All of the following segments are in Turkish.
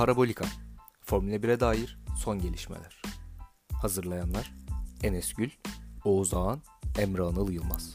Parabolika, Formula 1'e dair son gelişmeler. Hazırlayanlar Enes Gül, Oğuz Ağan, Emre Anıl Yılmaz.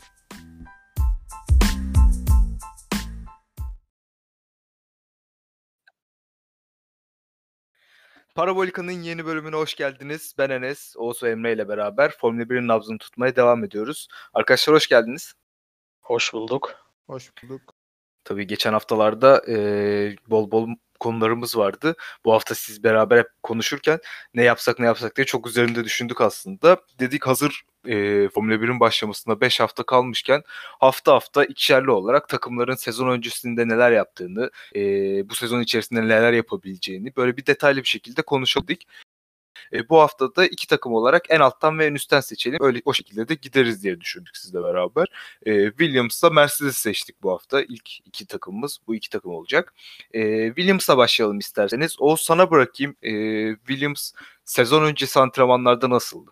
Parabolika'nın yeni bölümüne hoş geldiniz. Ben Enes, Oğuz ve Emre ile beraber Formula 1'in nabzını tutmaya devam ediyoruz. Arkadaşlar hoş geldiniz. Hoş bulduk. Hoş bulduk. Tabii geçen haftalarda bol bol konularımız vardı. Bu hafta siz beraber hep konuşurken ne yapsak diye çok üzerinde düşündük aslında. Dedik hazır Formula 1'in başlamasına 5 hafta kalmışken hafta hafta ikişerli olarak takımların sezon öncesinde neler yaptığını, bu sezon içerisinde neler yapabileceğini böyle bir detaylı bir şekilde konuşalım. Bu hafta da iki takım olarak en alttan ve en üstten seçelim. Öyle o şekilde de gideriz diye düşündük sizle beraber. Williams'la Mercedes seçtik bu hafta. İlk iki takımımız bu iki takım olacak. Williams'a başlayalım isterseniz. Oğuz sana bırakayım. Williams sezon öncesi antrenmanlarda nasıldı?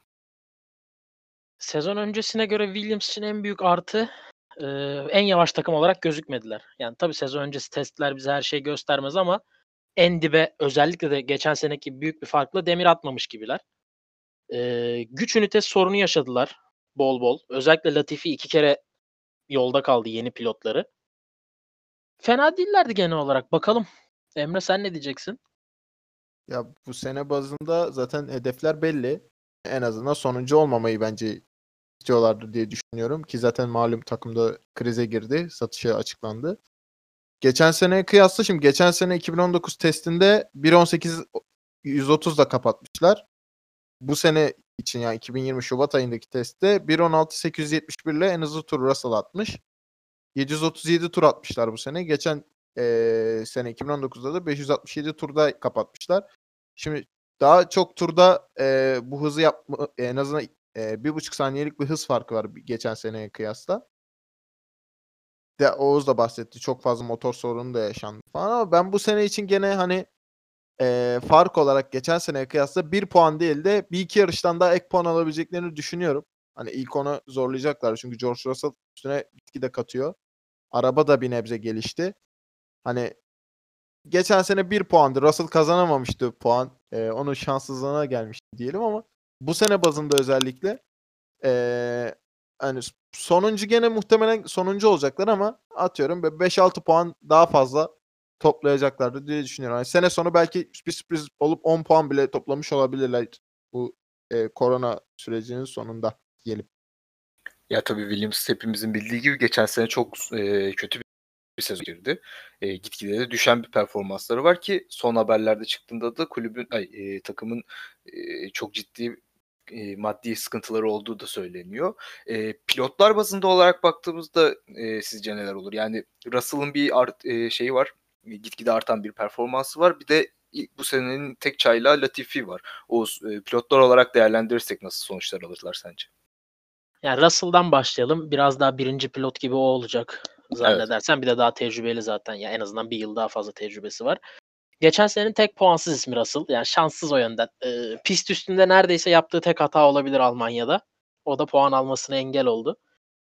Sezon öncesine göre Williams için en büyük artı en yavaş takım olarak gözükmediler. Yani tabii sezon öncesi testler bize her şeyi göstermez ama en dibe özellikle de geçen seneki büyük bir farkla demir atmamış gibiler. Güç ünitesi sorunu yaşadılar bol bol. Özellikle Latifi 2 kere yolda kaldı yeni pilotları. Fena değillerdi genel olarak. Bakalım. Emre sen ne diyeceksin? Ya bu sene bazında zaten hedefler belli. En azından sonuncu olmamayı bence istiyorlardır diye düşünüyorum ki zaten malum takımda krize girdi. Satışı açıklandı. Geçen seneye kıyasla şimdi geçen sene 2019 testinde 1.18 130'da kapatmışlar. Bu sene için yani 2020 Şubat ayındaki testte 1.16 871 ile en hızlı tur Russell atmış. 737 tur atmışlar bu sene. Geçen sene 2019'da da 567 turda kapatmışlar. Şimdi daha çok turda bu hızı yapma en azından 1,5 saniyelik bir hız farkı var geçen seneye kıyasla. Oğuz da bahsetti. Çok fazla motor sorunu da yaşandı falan ama ben bu sene için gene hani fark olarak geçen seneye kıyasla 1 puan değil de bir iki yarıştan daha ek puan alabileceklerini düşünüyorum. Hani ilk onu zorlayacaklar çünkü George Russell üstüne gitgide katıyor. Araba da bir nebze gelişti. Hani geçen sene 1 puandı. Russell kazanamamıştı puan. Onun şanssızlığına gelmişti diyelim ama bu sene bazında özellikle hani sonuncu gene muhtemelen sonuncu olacaklar ama atıyorum 5-6 puan daha fazla toplayacaklardı diye düşünüyorum. Yani sene sonu belki bir sürpriz olup 10 puan bile toplamış olabilirler bu korona sürecinin sonunda diyelim. Ya tabii Williams hepimizin bildiği gibi geçen sene çok kötü bir sezon girdi. Gitgide de düşen bir performansları var ki son haberlerde çıktığında da takımın çok ciddi maddi sıkıntıları olduğu da söyleniyor. Pilotlar bazında olarak baktığımızda sizce neler olur? Yani Russell'ın bir şeyi var. Gitgide artan bir performansı var. Bir de bu senenin tek çaylağı Latifi var. Pilotlar olarak değerlendirirsek nasıl sonuçlar alırlar sence? Yani Russell'dan başlayalım. Biraz daha birinci pilot gibi o olacak Evet. zannedersen. Bir de daha tecrübeli zaten. Ya en azından bir yıl daha fazla tecrübesi var. Geçen senenin tek puansız ismi Russell. Yani şanssız o yönden. Pist üstünde neredeyse yaptığı tek hata olabilir Almanya'da. O da puan almasına engel oldu.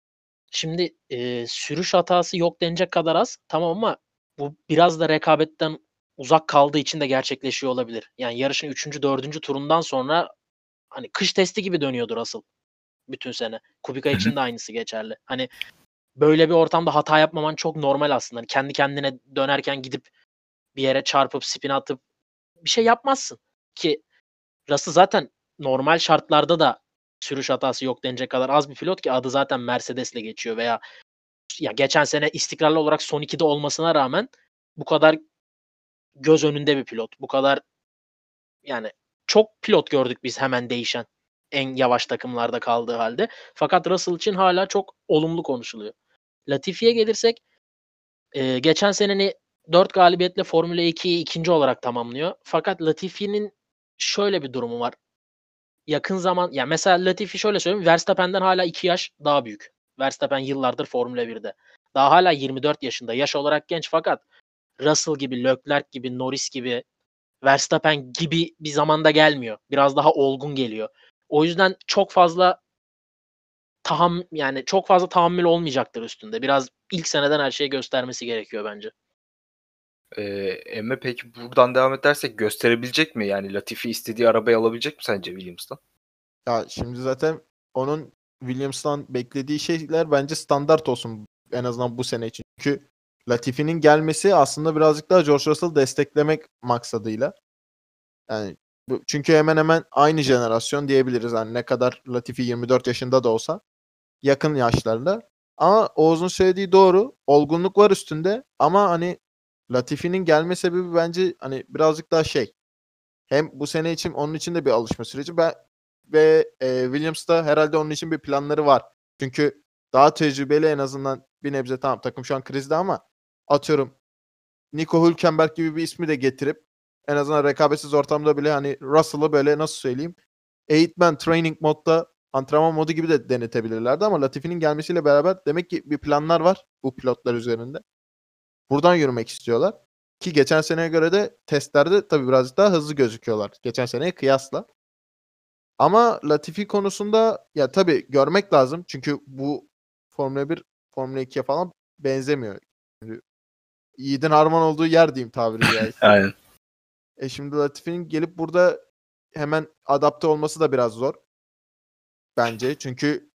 Şimdi sürüş hatası yok denecek kadar az. Tamam ama bu biraz da rekabetten uzak kaldığı için de gerçekleşiyor olabilir. Yani yarışın 3. 4. turundan sonra hani kış testi gibi dönüyordu Russell bütün sene. Kubica için de aynısı geçerli. Hani böyle bir ortamda hata yapmaman çok normal aslında. Hani kendi kendine dönerken gidip bir yere çarpıp spin atıp bir şey yapmazsın. Ki Russell zaten normal şartlarda da sürüş hatası yok denecek kadar az bir pilot ki adı zaten Mercedes'le geçiyor veya ya geçen sene istikrarlı olarak son 2'de olmasına rağmen bu kadar göz önünde bir pilot. Bu kadar yani çok pilot gördük biz hemen değişen en yavaş takımlarda kaldığı halde. Fakat Russell için hala çok olumlu konuşuluyor. Latifi'ye gelirsek geçen seneni 4 galibiyetle Formula 2'yi ikinci olarak tamamlıyor. Fakat Latifi'nin şöyle bir durumu var. Yakın zaman ya mesela Latifi şöyle söyleyeyim. Verstappen'den hala 2 yaş daha büyük. Verstappen yıllardır Formula 1'de. Daha hala 24 yaşında. Yaş olarak genç fakat Russell gibi, Leclerc gibi, Norris gibi, Verstappen gibi bir zamanda gelmiyor. Biraz daha olgun geliyor. O yüzden çok fazla tahammül olmayacaktır üstünde. Biraz ilk seneden her şeyi göstermesi gerekiyor bence. Emre peki buradan devam edersek gösterebilecek mi? Yani Latifi istediği arabayı alabilecek mi sence Williams'tan? Ya şimdi zaten onun Williams'tan beklediği şeyler bence standart olsun en azından bu sene için. Çünkü Latifi'nin gelmesi aslında birazcık daha George Russell'ı desteklemek maksadıyla. Yani çünkü hemen hemen aynı jenerasyon diyebiliriz. Yani ne kadar Latifi 24 yaşında da olsa yakın yaşlarda. Ama Oğuz'un söylediği doğru. Olgunluk var üstünde ama hani Latifi'nin gelme sebebi bence hani birazcık daha hem bu sene için onun için de bir alışma süreci ve Williams'da herhalde onun için bir planları var. Çünkü daha tecrübeli en azından bir nebze tamam takım şu an krizde ama atıyorum Nico Hülkenberg gibi bir ismi de getirip en azından rekabetsiz ortamda bile hani Russell'ı böyle nasıl söyleyeyim eğitmen training modda antrenman modu gibi de denetebilirlerdi ama Latifi'nin gelmesiyle beraber demek ki bir planlar var bu pilotlar üzerinde. Buradan yürümek istiyorlar. Ki geçen seneye göre de testlerde tabii birazcık daha hızlı gözüküyorlar. Geçen seneye kıyasla. Ama Latifi konusunda ya tabii görmek lazım. Çünkü bu Formula 1, Formula 2'ye falan benzemiyor. Yani Yiğidin harman olduğu yer diyeyim tabiri caizse. Aynen. Şimdi Latifi'nin gelip burada hemen adapte olması da biraz zor. Bence. Çünkü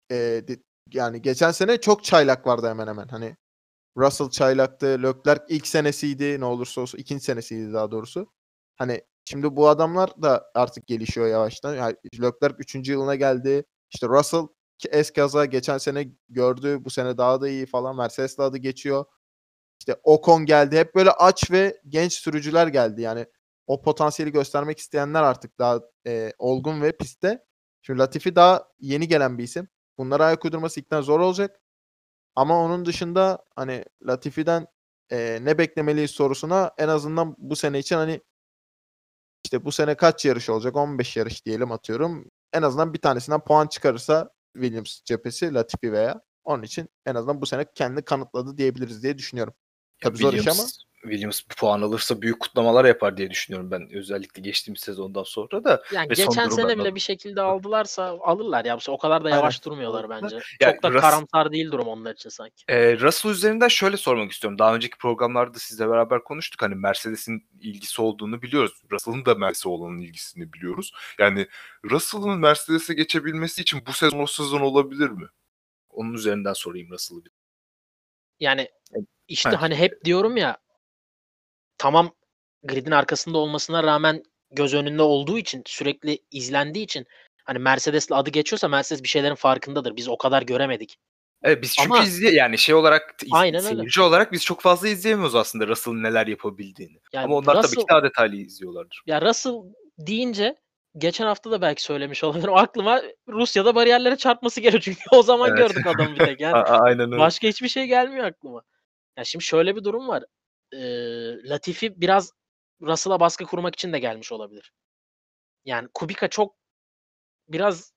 yani geçen sene çok çaylak vardı hemen hemen. Hani Russell çaylaktı. Leclerc ilk senesiydi. Ne olursa olsun ikinci senesiydi daha doğrusu. Hani şimdi bu adamlar da artık gelişiyor yavaştan. Yani Leclerc 3. yılına geldi. İşte Russell ki eskaza geçen sene gördü. Bu sene daha da iyi falan. Mercedes'le adı geçiyor. İşte Ocon geldi. Hep böyle aç ve genç sürücüler geldi. Yani o potansiyeli göstermek isteyenler artık daha olgun ve pistte. Şimdi Latifi daha yeni gelen bir isim. Bunlara ayak uydurması ilkten zor olacak. Ama onun dışında hani Latifi'den ne beklemeliyiz sorusuna en azından bu sene için hani işte bu sene kaç yarış olacak? 15 yarış diyelim atıyorum. En azından bir tanesinden puan çıkarırsa Williams cephesi Latifi veya onun için en azından bu sene kendini kanıtladı diyebiliriz diye düşünüyorum. Ya Tabii zor iş ama. Williams bir puan alırsa büyük kutlamalar yapar diye düşünüyorum ben. Özellikle geçtiğimiz sezondan sonra da Yani ve son geçen sene durumlardan. bile bir şekilde aldılarsa alırlar ya. O kadar da Aynen. yavaş durmuyorlar Alırlar. bence. Ya Çok da karamsar değil durum onlar için sanki. Russell üzerinden şöyle sormak istiyorum. Daha önceki programlarda sizle beraber konuştuk. Hani Mercedes'in ilgisi olduğunu biliyoruz. Russell'ın da Mercedes'e olan ilgisini biliyoruz. Yani Russell'ın Mercedes'e geçebilmesi için bu sezon o sezon olabilir mi? Onun üzerinden sorayım Russell'ı bir. Yani işte Evet. hani hep diyorum ya tamam gridin arkasında olmasına rağmen göz önünde olduğu için sürekli izlendiği için hani Mercedes'le adı geçiyorsa Mercedes bir şeylerin farkındadır. Biz o kadar göremedik. Evet, biz çünkü Ama yani şey olarak aynen öyle. seyirci olarak biz çok fazla izleyemiyoruz aslında Russell'ın neler yapabildiğini. Ama Yani onlar tabii ki daha detaylı izliyorlardır. Ya Russell deyince geçen hafta da belki söylemiş olabilirim. Aklıma Rusya'da bariyerlere çarpması geliyor çünkü o zaman Evet. gördük adamı bir tek. Yani Aynen öyle. başka hiçbir şey gelmiyor aklıma. Ya şimdi şöyle bir durum var. Latifi biraz Russell'a baskı kurmak için de gelmiş olabilir. Yani Kubica çok biraz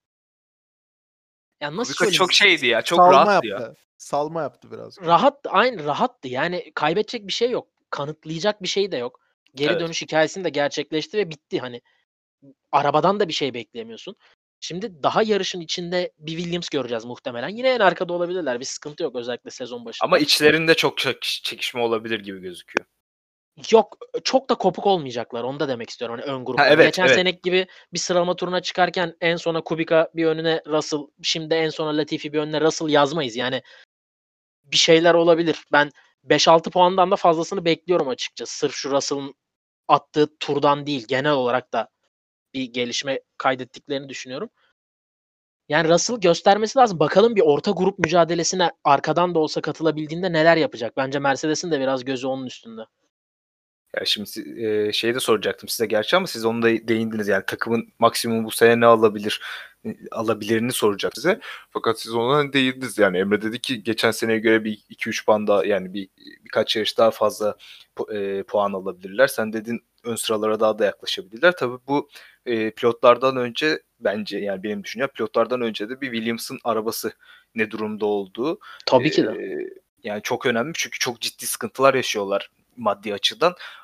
ya nasıl Kubica söyleyeyim? çok şeydi ya, çok Salma rahattı ya. yaptı. Salma yaptı birazcık. Aynı rahattı. Yani kaybedecek bir şey yok. Kanıtlayacak bir şey de yok. Geri Evet. dönüş hikâyesini de gerçekleşti ve bitti hani. Arabadan da bir şey bekleyemiyorsun. Şimdi daha yarışın içinde bir Williams göreceğiz muhtemelen. Yine en arkada olabilirler. Bir sıkıntı yok özellikle sezon Ama başında. içlerinde çok çekişme olabilir gibi gözüküyor. Yok, çok da kopuk olmayacaklar. Onu da demek istiyorum hani ön Ha, gruptan. evet, Geçen evet. seneki gibi bir sıralama turuna çıkarken en sona Kubica bir önüne Russell, şimdi en sona Latifi bir önüne Russell yazmayız. Yani bir şeyler olabilir. Ben 5-6 puandan da fazlasını bekliyorum açıkçası. Sırf şu Russell'ın attığı turdan değil, genel olarak da bir gelişme kaydettiklerini düşünüyorum. Yani Russell göstermesi lazım. Bakalım bir orta grup mücadelesine arkadan da olsa katılabildiğinde neler yapacak? Bence Mercedes'in de biraz gözü onun üstünde. Ya şimdi şeyi de soracaktım size gerçi ama siz onu da değindiniz. Yani takımın maksimum bu sene ne alabilir? Alabilirini soracak size. Fakat siz ona değindiniz. Yani Emre dedi ki geçen seneye göre bir 2-3 puan daha yani birkaç yarış daha fazla puan alabilirler. Sen dedin ön sıralara daha da yaklaşabilirler. Tabii bu pilotlardan önce bence yani benim düşüncem pilotlardan önce de bir Williams'ın arabası ne durumda olduğu. Tabii ki de. Yani çok önemli çünkü çok ciddi sıkıntılar yaşıyorlar maddi açıdan.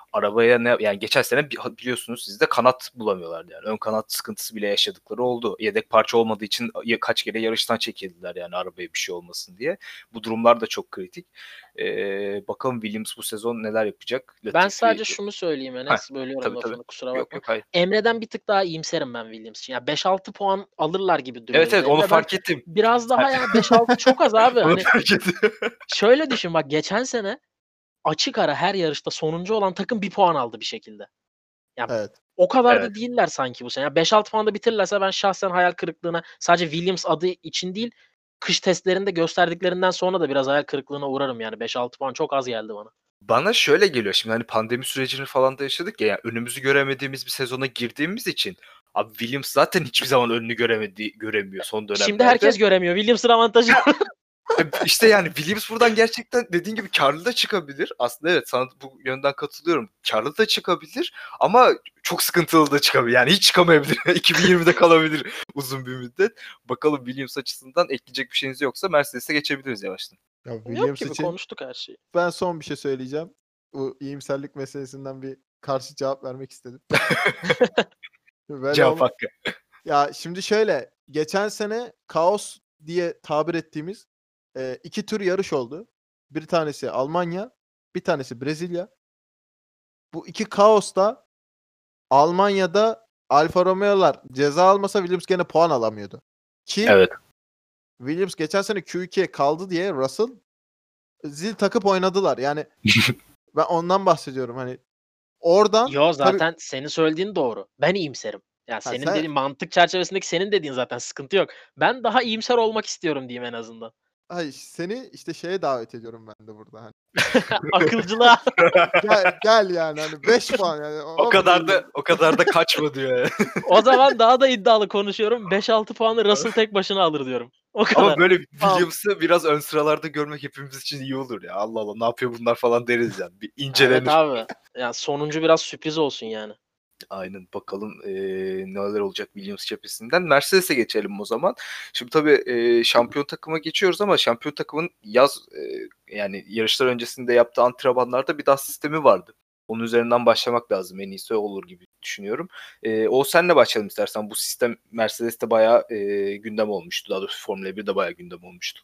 arabaya yani geçen sene biliyorsunuz siz de kanat bulamıyorlardı yani. Ön kanat sıkıntısı bile yaşadıkları oldu. Yedek parça olmadığı için kaç kere yarıştan çekildiler yani arabaya bir şey olmasın diye. Bu durumlar da çok kritik. Bakalım Williams bu sezon neler yapacak. Ben sadece şunu söyleyeyim Heh, Enes. Bölüyorum tabii. lafını, kusura Yok bakma. hayır. Emre'den bir tık daha iyimserim ben Williams için. Ya 5-6 puan alırlar gibi duruyor. Evet onu Emre'den fark ettim. biraz daha yani 5-6 çok az abi. Onu Hani fark ettim. şöyle düşün bak, geçen sene açık ara her yarışta sonuncu olan takım 1 puan aldı bir şekilde. Yani Evet. o kadar Evet. da değiller sanki bu sene. Yani 5-6 puanda bitirirlerse ben şahsen hayal kırıklığına, sadece Williams adı için değil, kış testlerinde gösterdiklerinden sonra da biraz hayal kırıklığına uğrarım yani. 5-6 puan çok az geldi bana. Bana şöyle geliyor şimdi hani pandemi sürecini falan da yaşadık ya, yani önümüzü göremediğimiz bir sezona girdiğimiz için abi Williams zaten hiçbir zaman önünü göremiyor son dönemlerde. Şimdi herkes göremiyor. Williams'ın avantajı. İşte yani Williams buradan gerçekten dediğin gibi karlı da çıkabilir. Aslında evet, sana bu yönden katılıyorum. Karlı da çıkabilir ama çok sıkıntılı da çıkabilir. Yani hiç çıkamayabilir. 2020'de kalabilir uzun bir müddet. Bakalım Williams açısından ekleyecek bir şeyiniz yoksa Mercedes'e geçebiliriz yavaştan. Ya Yok Williams gibi için konuştuk her şeyi. ben son bir şey söyleyeceğim. Bu iyimserlik meselesinden bir karşı cevap vermek istedim. Böyle Cevap hakkı. Ya şimdi şöyle, geçen sene kaos diye tabir ettiğimiz 2 tür yarış oldu. Bir tanesi Almanya, bir tanesi Brezilya. Bu iki kaosta Almanya'da Alfa Romeo'lar ceza almasa Williams gene puan alamıyordu. Ki Evet. Williams geçen sene Q2'ye kaldı diye Russell zil takıp oynadılar. Yani ben ondan bahsediyorum. Hani oradan Yo zaten senin söylediğin doğru. Ben iyimserim. Yani senin sen- dediğin mantık çerçevesindeki senin dediğin zaten sıkıntı yok. Ben daha iyimser olmak istiyorum diyeyim en azından. seni işte şeye davet ediyorum ben de burada. Hani. Akılcılığa. Gel yani hani 5 puan yani. O kadar da kaçma diyor yani. O zaman daha da iddialı konuşuyorum. 5-6 puanı Russell tek başına alır diyorum. O kadar. Ama böyle Williams'ı biraz ön sıralarda görmek hepimiz için iyi olur ya. Allah Allah ne yapıyor bunlar falan deriz yani. Bir incelenir. Evet abi. Yani sonuncu biraz sürpriz olsun yani. Aynen, bakalım neler olacak Williams cephesinden. Mercedes'e geçelim o zaman. Şimdi tabii şampiyon takıma geçiyoruz ama şampiyon takımın yani yarışlar öncesinde yaptığı antrenmanlarda bir DAS sistemi vardı. Onun üzerinden başlamak lazım, en iyisi olur gibi düşünüyorum. O senle başlayalım istersen. Bu sistem Mercedes'te bayağı gündem olmuştu. Daha doğrusu Formula 1'de bayağı gündem olmuştu.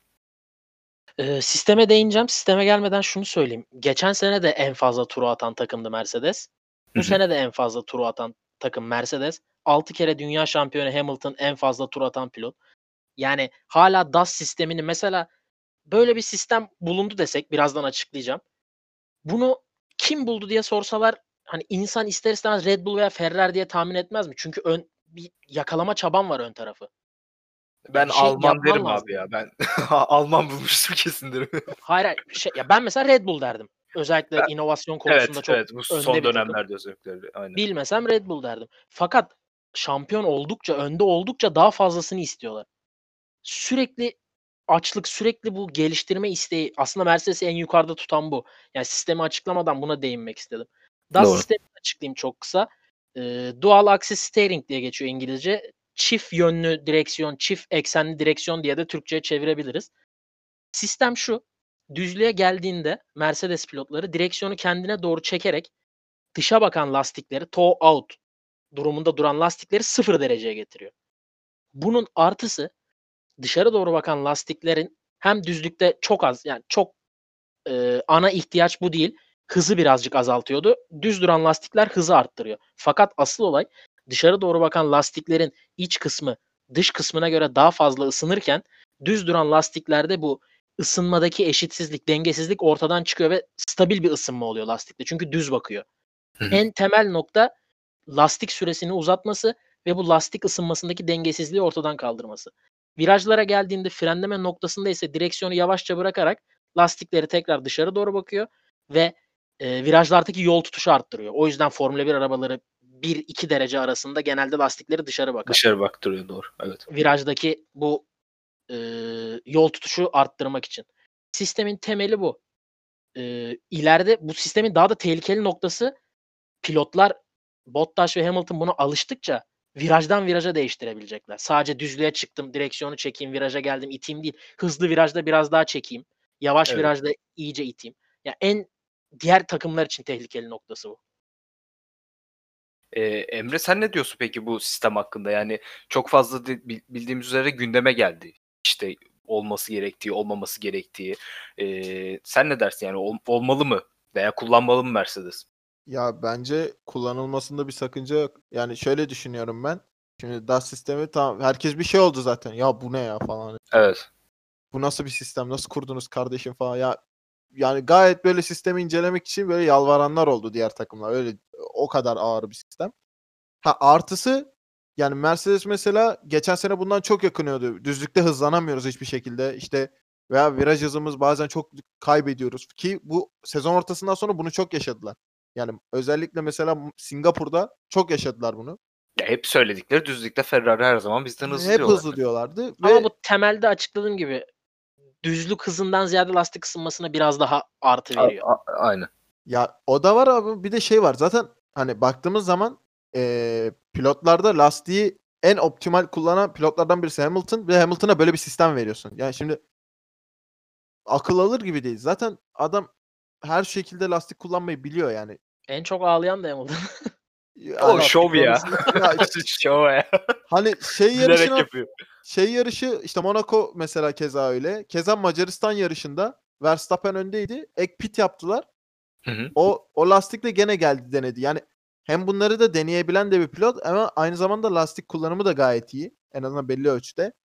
Sisteme değineceğim. Sisteme gelmeden şunu söyleyeyim. Geçen sene de en fazla turu atan takımdı Mercedes. Bu sene de en fazla turu atan takım Mercedes. 6 kere dünya şampiyonu Hamilton en fazla tur atan pilot. Yani hala DAS sistemini, mesela böyle bir sistem bulundu desek, birazdan açıklayacağım. Bunu kim buldu diye sorsalar hani insan ister istemez Red Bull veya Ferrari diye tahmin etmez mi? Çünkü bir yakalama çaban var ön tarafı. Ben bir şey Alman yapman derim lazım. abi ya. Ben Alman bulmuştur kesin derim. Hayır, ya ben mesela Red Bull derdim. Özellikle inovasyon konusunda çok Evet, bu önde son bir takım. dönemlerde özellikle. Aynen. Bilmesem Red Bull derdim. Fakat şampiyon oldukça, önde oldukça daha fazlasını istiyorlar. Sürekli açlık, sürekli bu geliştirme isteği, aslında Mercedes'i en yukarıda tutan bu. Yani sistemi açıklamadan buna değinmek istedim. DAS Doğru. sistemini açıklayayım çok kısa. Dual Axis Steering diye geçiyor İngilizce. Çift yönlü direksiyon, çift eksenli direksiyon diye de Türkçe'ye çevirebiliriz. Sistem şu: düzlüğe geldiğinde Mercedes pilotları direksiyonu kendine doğru çekerek dışa bakan lastikleri, toe out durumunda duran lastikleri 0 dereceye getiriyor. Bunun artısı, dışarı doğru bakan lastiklerin hem düzlükte çok az, yani çok ana ihtiyaç bu değil, hızı birazcık azaltıyordu. Düz duran lastikler hızı arttırıyor. Fakat asıl olay, dışarı doğru bakan lastiklerin iç kısmı dış kısmına göre daha fazla ısınırken düz duran lastiklerde bu ısınmadaki eşitsizlik, dengesizlik ortadan çıkıyor ve stabil bir ısınma oluyor lastikte. Çünkü düz bakıyor. En temel nokta lastik süresini uzatması ve bu lastik ısınmasındaki dengesizliği ortadan kaldırması. Virajlara geldiğinde, frenleme noktasında ise direksiyonu yavaşça bırakarak lastikleri tekrar dışarı doğru bakıyor ve virajlardaki yol tutuşu arttırıyor. O yüzden Formula 1 arabaları 1-2 derece arasında genelde lastikleri dışarı bakar. Dışarı baktırıyor, doğru. Evet. Virajdaki bu yol tutuşu arttırmak için. Sistemin temeli bu. İleride bu sistemin daha da tehlikeli noktası, pilotlar Bottas ve Hamilton buna alıştıkça virajdan viraja değiştirebilecekler. Sadece düzlüğe çıktım, direksiyonu çekeyim, viraja geldim, iteyim değil. Hızlı virajda biraz daha çekeyim. Yavaş Evet. virajda iyice iteyim. Ya diğer takımlar için tehlikeli noktası bu. Emre sen ne diyorsun peki bu sistem hakkında? Yani çok fazla bildiğimiz üzere gündeme geldi. İşte olması gerektiği, olmaması gerektiği. Sen ne dersin yani olmalı mı veya kullanmalı mı Mercedes? Ya bence kullanılmasında bir sakınca yok. Yani şöyle düşünüyorum ben. Şimdi DAS sistemi tamam herkes bir şey oldu zaten. Ya bu ne ya falan. Evet. Bu nasıl bir sistem? Nasıl kurdunuz kardeşim falan. Ya yani gayet böyle sistemi incelemek için böyle yalvaranlar oldu diğer takımlar. Öyle o kadar ağır bir sistem. Ha artısı yani Mercedes mesela geçen sene bundan çok yakınıyordu. Düzlükte hızlanamıyoruz hiçbir şekilde. İşte veya viraj hızımız bazen çok kaybediyoruz ki bu sezon ortasından sonra bunu çok yaşadılar. Yani özellikle mesela Singapur'da çok yaşadılar bunu. Ya hep söyledikleri düzlükte Ferrari her zaman bizden hızlı Hep diyorlar. hızlı diyorlardı Ama ve bu temelde açıkladığım gibi düzlük hızından ziyade lastik ısınmasına biraz daha artı veriyor. Aynen. ya o da var abi bir de şey var. Zaten hani baktığımız zaman pilotlarda lastiği en optimal kullanan pilotlardan birisi Hamilton ve Hamilton'a böyle bir sistem veriyorsun. Yani şimdi akıl alır gibi değil. Zaten adam her şekilde lastik kullanmayı biliyor yani. En çok ağlayan da Hamilton. O Yani şov ya. ya Şov ya. hani Bilerek yapıyor. şey yarışı işte Monaco mesela keza öyle. Keza Macaristan yarışında Verstappen öndeydi. Ek pit yaptılar. Hı hı. O lastikle gene geldi denedi. Yani hem bunları da deneyebilen de bir pilot ama aynı zamanda lastik kullanımı da gayet iyi. En azından belli ölçüde.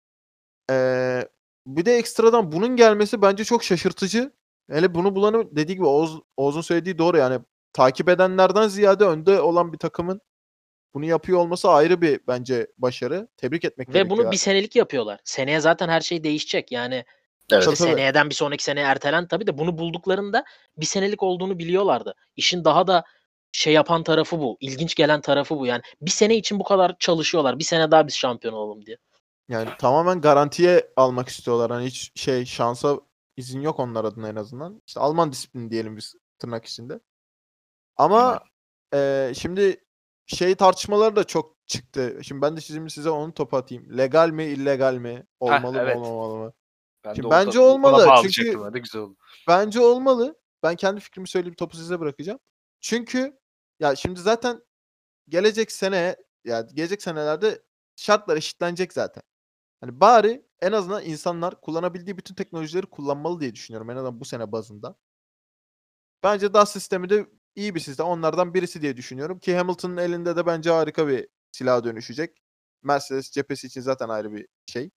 Bir de ekstradan bunun gelmesi bence çok şaşırtıcı. Hele bunu bulanı dediği gibi Oğuz'un söylediği doğru yani takip edenlerden ziyade önde olan bir takımın bunu yapıyor olması ayrı bir bence başarı. Tebrik etmek Ve bunu gerekiyor. bir senelik yapıyorlar. Seneye zaten her şey değişecek. Yani Evet. işte Tabii, tabii. seneyeden bir sonraki seneye ertelen tabii de bunu bulduklarında bir senelik olduğunu biliyorlardı. İşin daha da şey yapan tarafı bu. İlginç gelen tarafı bu. Yani bir sene için bu kadar çalışıyorlar. Bir sene daha biz şampiyon olalım diye. Yani tamamen garantiye almak istiyorlar. Hani hiç şey şansa izin yok onlar adına en azından. İşte Alman disiplini diyelim biz tırnak içinde. Ama şimdi şey tartışmaları da çok çıktı. Şimdi ben de şimdi size onu topu atayım. Legal mi, illegal mi? Olmalı mı, Evet. olmamalı mı? Ben Şimdi de bence ona olmalı. bağlayacaktım. Çünkü Ben de güzel oldu. bence olmalı. Ben kendi fikrimi söyleyip topu size bırakacağım. Çünkü ya şimdi zaten gelecek sene ya gelecek senelerde şartlar eşitlenecek zaten. Hani bari en azından insanlar kullanabildiği bütün teknolojileri kullanmalı diye düşünüyorum. En azından bu sene bazında. Bence DAS sistemi de iyi bir sistem. Onlardan birisi diye düşünüyorum ki Hamilton'ın elinde de bence harika bir silaha dönüşecek. Mercedes cephesi için zaten ayrı bir şey.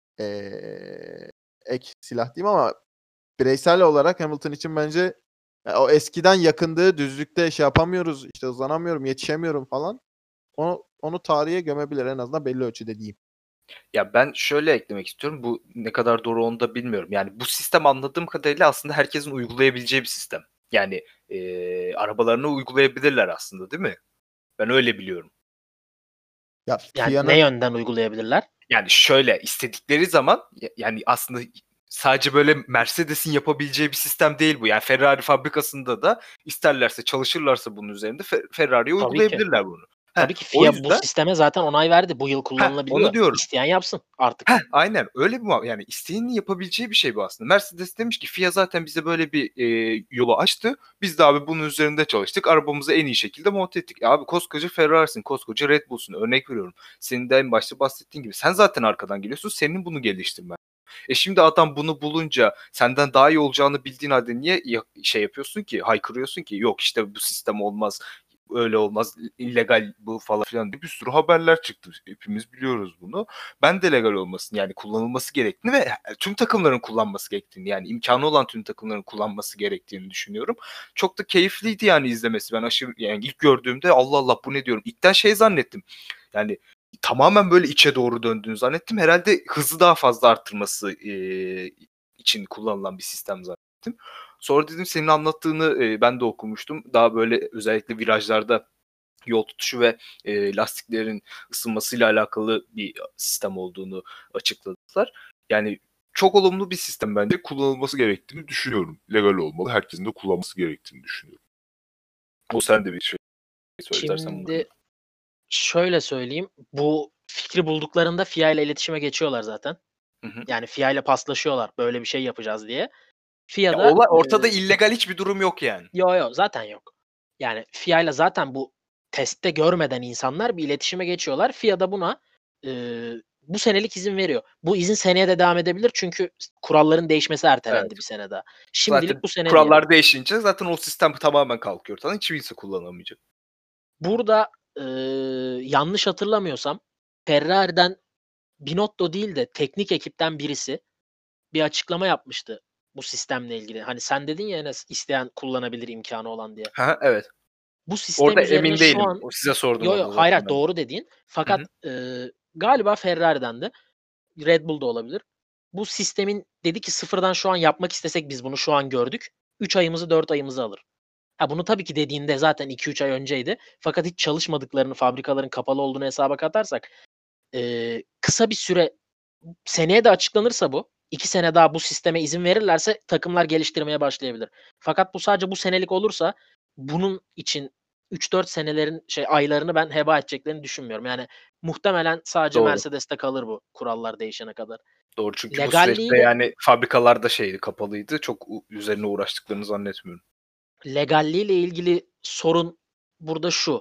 Ek silah diyeyim ama bireysel olarak Hamilton için bence o eskiden yakındığı düzlükte şey yapamıyoruz, işte hızlanamıyorum, yetişemiyorum falan. Onu tarihe gömebilir en azından belli ölçüde diyeyim. Ya ben şöyle eklemek istiyorum. Bu ne kadar doğru onu da bilmiyorum. Yani bu sistem anladığım kadarıyla aslında herkesin uygulayabileceği bir sistem. Yani arabalarına uygulayabilirler aslında değil mi? Ben öyle biliyorum. Ya Yani ne FIA'nın yönden uygulayabilirler? Yani şöyle istedikleri zaman yani aslında sadece böyle Mercedes'in yapabileceği bir sistem değil bu. Yani Ferrari fabrikasında da isterlerse çalışırlarsa bunun üzerinde Ferrari'ye Tabii ki. uygulayabilirler bunu. Tabii ki O FIA bu yüzden sisteme zaten onay verdi. Bu yıl onu kullanılabiliyor. diyorum. İsteyen yapsın artık. Aynen öyle bir yani isteyenin yapabileceği bir şey bu aslında. Mercedes demiş ki FIA zaten bize böyle bir yolu açtı. Biz de abi bunun üzerinde çalıştık. Arabamızı en iyi şekilde monte ettik. Abi koskoca Ferrari'sin, koskoca Red Bull'sun. Örnek veriyorum. Senin de en başta bahsettiğin gibi. Sen zaten arkadan geliyorsun. Senin bunu geliştirmen. Şimdi adam bunu bulunca senden daha iyi olacağını bildiğin halde niye şey yapıyorsun ki? Haykırıyorsun ki yok işte bu sistem olmaz. Öyle olmaz, illegal bu falan filan diye bir sürü haberler çıktı. Hepimiz biliyoruz bunu. Ben de legal olmasını yani kullanılması gerektiğini ve tüm takımların kullanması gerektiğini yani imkanı olan tüm takımların kullanması gerektiğini düşünüyorum. Çok da keyifliydi yani izlemesi. Ben aşırı yani ilk gördüğümde Allah Allah bu ne diyorum. İlkten şey zannettim. Yani tamamen böyle içe doğru döndüğünü zannettim. Herhalde hızı daha fazla arttırması için kullanılan bir sistem zannettim. Sonra dedim senin anlattığını ben de okumuştum. Daha böyle özellikle virajlarda yol tutuşu ve lastiklerin ısınmasıyla alakalı bir sistem olduğunu açıkladılar. Yani çok olumlu bir sistem bence. Kullanılması gerektiğini düşünüyorum. Legal olmalı. Herkesin de kullanması gerektiğini düşünüyorum. O sen de bir şey söylersen bunu. Şimdi şöyle söyleyeyim. Bu fikri bulduklarında FIA ile iletişime geçiyorlar zaten. Hı hı. Yani FIA ile paslaşıyorlar böyle bir şey yapacağız diye. FIA Ya da ortada illegal hiçbir durum yok yani. yo zaten yok. Yani FIA ile zaten bu testte görmeden insanlar bir iletişime geçiyorlar. FIA da buna bu senelik izin veriyor. Bu izin seneye de devam edebilir çünkü kuralların değişmesi ertelendi Evet. bir sene daha. Zaten Şimdilik bu sene diye. kurallar değişince zaten o sistem tamamen kalkıyor ortadan. Hiç kimse kullanamayacak. Burada yanlış hatırlamıyorsam Ferrari'den Binotto değil de teknik ekipten birisi bir açıklama yapmıştı bu sistemle ilgili. Hani sen dedin ya Enes, isteyen kullanabilir imkanı olan diye. Ha, evet. Bu sistem Orada üzerine emin şu değilim. an O size sordum yo orada hayır zaten hayır, ben. doğru dediğin. Hı Fakat hı. galiba Ferrari'den de Red Bull'da olabilir. Bu sistemin dedi ki sıfırdan şu an yapmak istesek biz bunu şu an gördük. 3 ayımızı 4 ayımızı alır. Ha, bunu tabii ki dediğinde zaten 2-3 ay önceydi. Fakat hiç çalışmadıklarını, fabrikaların kapalı olduğunu hesaba katarsak kısa bir süre, seneye de açıklanırsa bu, 2 sene daha bu sisteme izin verirlerse takımlar geliştirmeye başlayabilir. Fakat bu sadece bu senelik olursa bunun için 3-4 senelerin aylarını ben heba edeceklerini düşünmüyorum. Yani muhtemelen sadece Doğru. Mercedes'te kalır bu kurallar değişene kadar. Doğru, çünkü bu Legalliği süreçte de yani fabrikalar da kapalıydı. Çok üzerine uğraştıklarını zannetmiyorum. legalliğiyle ilgili sorun burada şu.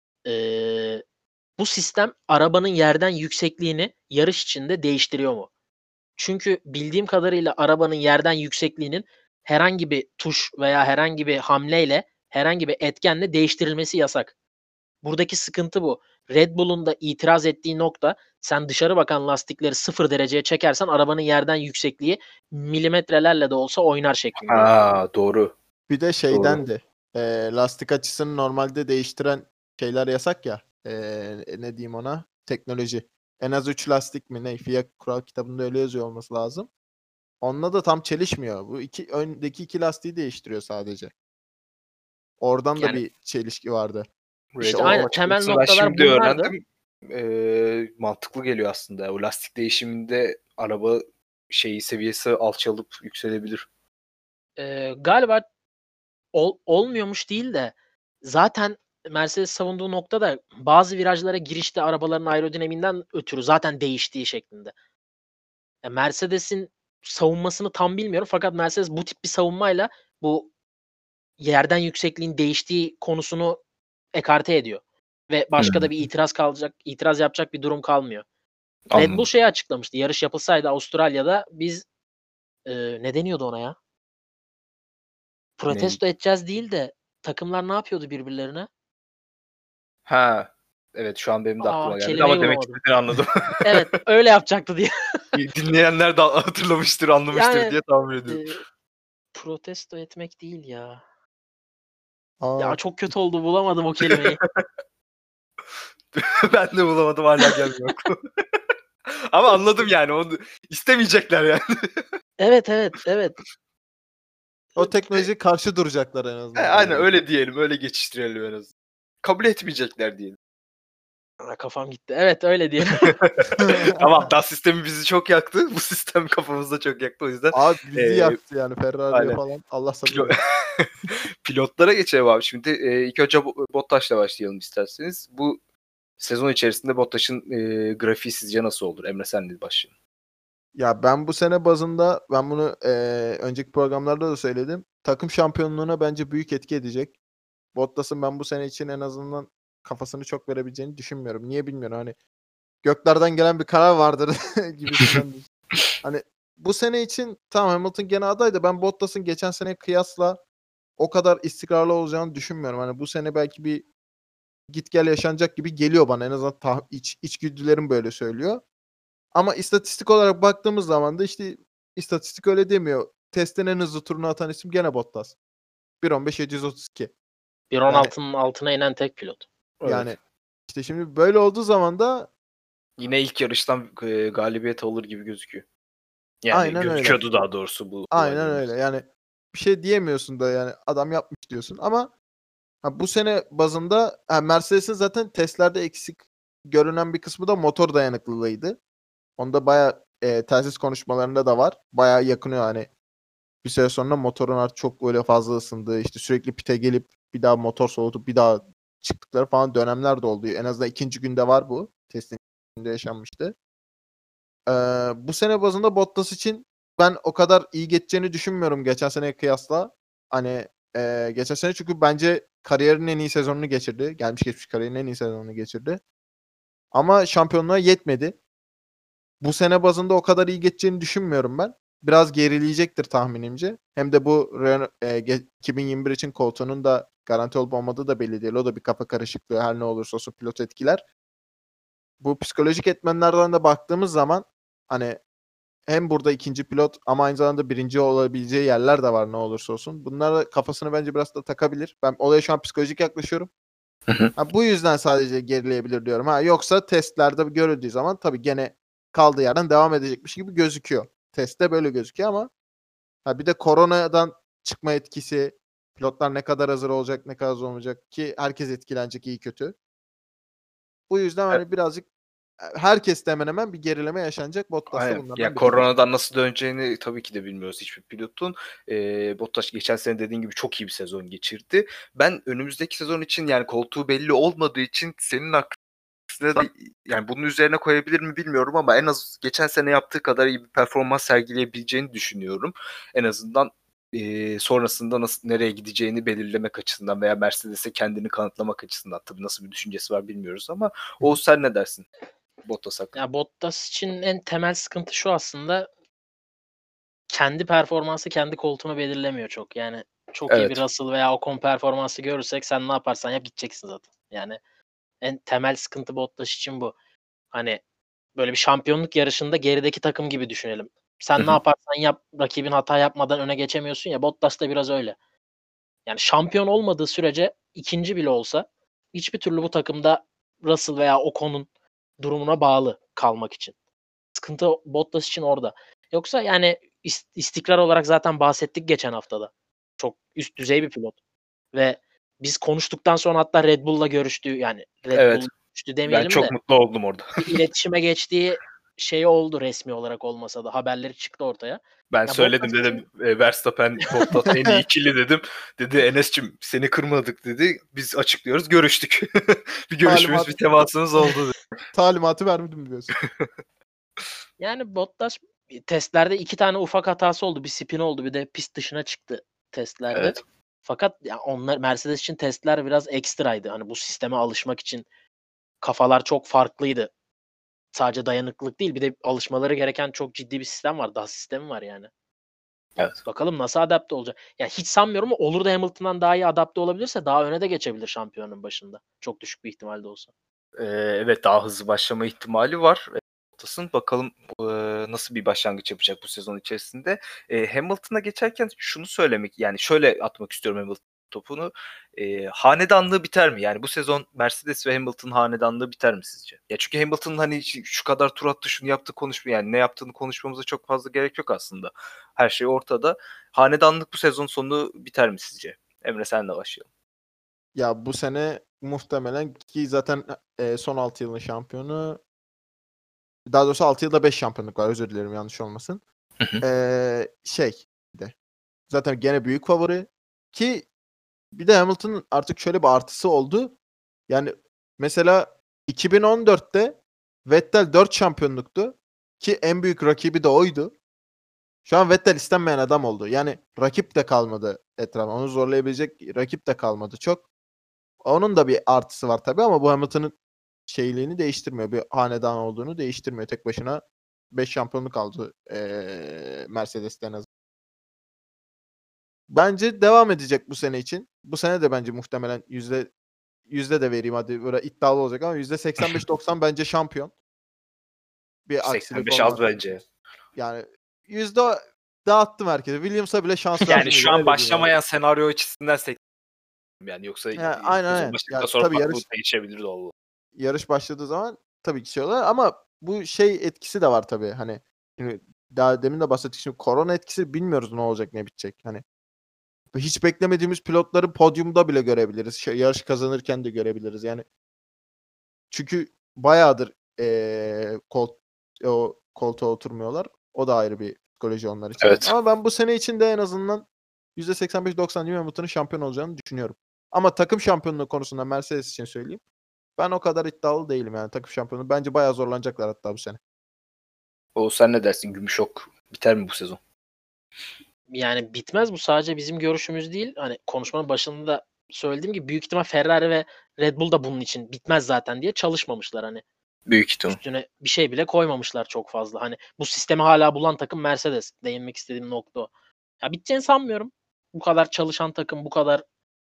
Bu sistem arabanın yerden yüksekliğini yarış içinde değiştiriyor mu? Çünkü bildiğim kadarıyla arabanın yerden yüksekliğinin herhangi bir tuş veya herhangi bir hamleyle, herhangi bir etkenle değiştirilmesi yasak. Buradaki sıkıntı bu. Red Bull'un da itiraz ettiği nokta, sen dışarı bakan lastikleri 0 dereceye çekersen arabanın yerden yüksekliği milimetrelerle de olsa oynar şeklindeydi. Ha, doğru. Bir de Doğru. şeydendi. Lastik açısını normalde değiştiren şeyler yasak ya. Ne diyeyim ona? Teknoloji. En az 3 lastik mi ne? FIA kural kitabında öyle yazıyor olması lazım. Onunla da tam çelişmiyor. Bu öndeki 2 lastiği değiştiriyor sadece. Oradan da Yani bir çelişki vardı. Red işte Bull'un aynen temel açıklamasını ben noktalar şimdi bunlardı. öğrendim. Mantıklı geliyor aslında. O lastik değişiminde araba seviyesi alçalıp yükselebilir. Galiba olmuyormuş değil de zaten Mercedes savunduğu nokta da bazı virajlara girişte arabaların aerodinamiğinden ötürü zaten değiştiği şeklinde. Ya Mercedes'in savunmasını tam bilmiyorum fakat Mercedes bu tip bir savunmayla bu yerden yüksekliğin değiştiği konusunu ekarte ediyor ve başka da bir itiraz yapacak bir durum kalmıyor. Red Bull Anladım. şeyi açıklamıştı. Yarış yapılsaydı Avustralya'da biz ne deniyordu ona ya? Protesto edeceğiz değil de takımlar ne yapıyordu birbirlerine? Ha, evet, şu an benim de aklıma geldi Kelimeyi ama demek bulamadım. istediğini anladım. Evet, öyle yapacaktı diye. Dinleyenler de hatırlamıştır, anlamıştır Yani diye tahmin ediyorum. protesto etmek değil ya. Aa, Ya çok kötü oldu, bulamadım o kelimeyi. Ben de bulamadım, hala gelmiyor aklıma. Ama anladım yani, onu istemeyecekler yani. Evet, evet, evet. o teknolojiye karşı duracaklar en azından. Aynen öyle diyelim, öyle geçiştirelim en azından. Kabul etmeyecekler diyelim. Kafam gitti. Evet, öyle diyelim. Tamam, DAS sistemi bizi çok yaktı. Bu sistem kafamızda çok yaktı, o yüzden. Abi bizi yaktı yani Ferrari'ye aynen. falan. Allah sabır versin. Pilotlara geçelim abi. Şimdi ilk önce Bottas'la başlayalım isterseniz. Bu sezon içerisinde Bottas'ın grafiği sizce nasıl olur? Emre, sen de başlayalım. Ya ben bu sene bazında ben bunu önceki programlarda da söyledim. Takım şampiyonluğuna bence büyük etki edecek. Bottas'ın ben bu sene için en azından kafasını çok verebileceğini düşünmüyorum. Niye bilmiyorum. Hani göklerden gelen bir karar vardır gibisinden. Hani bu sene için tamam Hamilton gene aday da ben Bottas'ın geçen sene kıyasla o kadar istikrarlı olacağını düşünmüyorum. Hani bu sene belki bir git gel yaşanacak gibi geliyor bana. En azından içgüdülerim böyle söylüyor. Ama istatistik olarak baktığımız zaman da işte istatistik öyle demiyor. Testin en hızlı turunu atan isim gene Bottas. 1.15.732. 1.16'nın altına inen tek pilot. Yani işte şimdi böyle olduğu zaman da yine ilk yarıştan galibiyet alır gibi gözüküyor. Yani aynen gözüküyordu öyle. daha doğrusu bu Aynen olayların. öyle. Yani bir şey diyemiyorsun da yani adam yapmış diyorsun ama bu sene bazında Mercedes'in zaten testlerde eksik görünen bir kısmı da motor dayanıklılığıydı. Onda bayağı telsiz konuşmalarında da var. Bayağı yakınıyor hani. Bir süre sonra motorun artık çok böyle fazla ısındığı, işte sürekli pite gelip bir daha motor soğutup bir daha çıktıkları falan dönemler de oldu. En azından ikinci günde var bu. Testin içinde yaşanmıştı. Bu sene bazında Bottas için ben o kadar iyi geçeceğini düşünmüyorum geçen seneye kıyasla. Hani geçen sene çünkü bence kariyerinin en iyi sezonunu geçirdi. Gelmiş geçmiş kariyerinin en iyi sezonunu geçirdi. Ama şampiyonluğa yetmedi. Bu sene bazında o kadar iyi geçeceğini düşünmüyorum ben. Biraz gerileyecektir tahminimce. Hem de bu 2021 için koltuğunun da garanti olup olmadığı da belli değil. O da bir kafa karışıklığı, her ne olursa olsun pilot etkiler. Bu psikolojik etmenlerden de baktığımız zaman hani hem burada ikinci pilot ama aynı zamanda birinci olabileceği yerler de var ne olursa olsun. Bunlara kafasını bence biraz da takabilir. Ben olaya şu an psikolojik yaklaşıyorum. Bu yüzden sadece gerileyebilir diyorum. Yoksa testlerde görüldüğü zaman tabii gene kaldığı yerden devam edecekmiş gibi gözüküyor. Testte böyle gözüküyor ama bir de koronadan çıkma etkisi, pilotlar ne kadar hazır olacak, ne kadar hazır olmayacak ki herkes etkilenecek iyi kötü. Bu yüzden hani birazcık herkes de hemen hemen bir gerileme yaşanacak. Bottas da Aynen. bunlardan Ya biri. koronadan nasıl döneceğini tabii ki de bilmiyoruz hiçbir pilotun. Bottas geçen sene dediğin gibi çok iyi bir sezon geçirdi. Ben önümüzdeki sezon için yani koltuğu belli olmadığı için senin aksine de yani bunun üzerine koyabilir mi bilmiyorum ama en az geçen sene yaptığı kadar iyi bir performans sergileyebileceğini düşünüyorum. En azından sonrasında nereye gideceğini belirlemek açısından veya Mercedes'e kendini kanıtlamak açısından. Tabii nasıl bir düşüncesi var bilmiyoruz ama Oğuz sen ne dersin Bottas hakkında? Ya Bottas için en temel sıkıntı şu aslında. Kendi performansı kendi koltuğunu belirlemiyor çok. Yani çok iyi bir Evet. Russell veya Ocon performansı görürsek sen ne yaparsan yap gideceksin zaten. Yani en temel sıkıntı Bottas için bu. Hani böyle bir şampiyonluk yarışında gerideki takım gibi düşünelim. Sen ne yaparsan yap rakibin hata yapmadan öne geçemiyorsun ya, Bottas da biraz öyle. Yani şampiyon olmadığı sürece ikinci bile olsa hiçbir türlü bu takımda Russell veya Ocon'un durumuna bağlı kalmak için. Sıkıntı Bottas için orada. Yoksa yani istikrar olarak zaten bahsettik geçen haftada. Çok üst düzey bir pilot ve biz konuştuktan sonra hatta Red Bull'la görüştüğü, yani Red Evet. Bull görüştü Ben demeyelim çok de mutlu oldum orada. bir iletişime geçtiği şey oldu, resmi olarak olmasa da haberleri çıktı ortaya. Ben Ya söyledim Bottas dedim için Verstappen Bottas en iyi ikili dedim. Dedi Enes'cim seni kırmadık dedi. Biz açıklıyoruz görüştük. Bir görüşmemiz bir Talimat, temasımız oldu dedi. talimatı vermedim diyorsun. yani Bottas testlerde 2 tane ufak hatası oldu. Bir spin oldu, bir de pist dışına çıktı testlerde. Evet. Fakat ya onlar, Mercedes için testler biraz ekstraydı. Hani bu sisteme alışmak için kafalar çok farklıydı. Sadece dayanıklılık değil, bir de alışmaları gereken çok ciddi bir sistem var. DAS sistemi var yani. Evet. Bakalım nasıl adapte olacak. Yani hiç sanmıyorum ama olur da Hamilton'dan daha iyi adapte olabilirse daha öne de geçebilir şampiyonun başında. Çok düşük bir ihtimalde olsa. Evet daha hızlı başlama ihtimali var. Bottas'ın bakalım nasıl bir başlangıç yapacak bu sezon içerisinde. Hamilton'a geçerken şunu söylemek yani şöyle atmak istiyorum Hamilton topunu. Hanedanlığı biter mi? Yani bu sezon Mercedes ve Hamilton hanedanlığı biter mi sizce? Ya çünkü Hamilton'ın hani şu kadar tur attı, şunu yaptı konuşma yani ne yaptığını konuşmamıza çok fazla gerek yok aslında. Her şey ortada. Hanedanlık bu sezon sonu biter mi sizce? Emre senle başlayalım. Ya bu sene muhtemelen ki zaten son 6 yılın şampiyonu, daha doğrusu 6 yılda 5 şampiyonluk var, özür dilerim yanlış olmasın. Bir de zaten gene büyük favori ki bir de Hamilton'ın artık şöyle bir artısı oldu. Yani mesela 2014'te Vettel 4 şampiyonluktu ki en büyük rakibi de oydu. Şu an Vettel istenmeyen adam oldu. Yani rakip de kalmadı etrafa. Onu zorlayabilecek rakip de kalmadı çok. Onun da bir artısı var tabii ama bu Hamilton'ın şeyliğini değiştirmiyor. Bir hanedan olduğunu değiştirmiyor. Tek başına 5 şampiyonluk aldı Mercedes'ten en azından. Bence devam edecek bu sene için. Bu sene de bence muhtemelen yüzde de vereyim, hadi böyle iddialı olacak ama %85-90 bence şampiyon. Bir aksilik 85 az olmaz. bence. Yani yüzde dağıttım herkese. Williams'a bile şans Yani verdim. şu an başlamayan senaryo açısından yani yoksa Aynen sezon aynen. başladıktan Ya sonra tabii farklı değişebilir doğal olarak. yarış başladığı zaman tabii ki şey olur ama bu şey etkisi de var tabii. Hani şimdi daha demin de bahsettik, şimdi korona etkisi, bilmiyoruz ne olacak ne bitecek. Hani hiç beklemediğimiz pilotları podyumda bile görebiliriz. Yarış kazanırken de görebiliriz. Yani çünkü bayağıdır o koltuğa oturmuyorlar. O da ayrı bir psikoloji onlar için. Evet. Ama ben bu sene için de en azından %85-90 gibi Hamilton'ın şampiyon olacağını düşünüyorum. Ama takım şampiyonluğu konusunda Mercedes için söyleyeyim. Ben o kadar iddialı değilim yani takım şampiyonu. Bence bayağı zorlanacaklar hatta bu sene. O sen ne dersin? Gümüşok biter mi bu sezon? Yani bitmez, bu sadece bizim görüşümüz değil. Hani konuşmanın başında da söylediğim gibi büyük ihtimal Ferrari ve Red Bull da bunun için bitmez zaten diye çalışmamışlar hani. Büyük ihtimal. Üstüne bir şey bile koymamışlar çok fazla. Hani bu sistemi hala bulan takım Mercedes. Değinmek istediğim nokta o. Ya biteceğini sanmıyorum. Bu kadar çalışan takım, bu kadar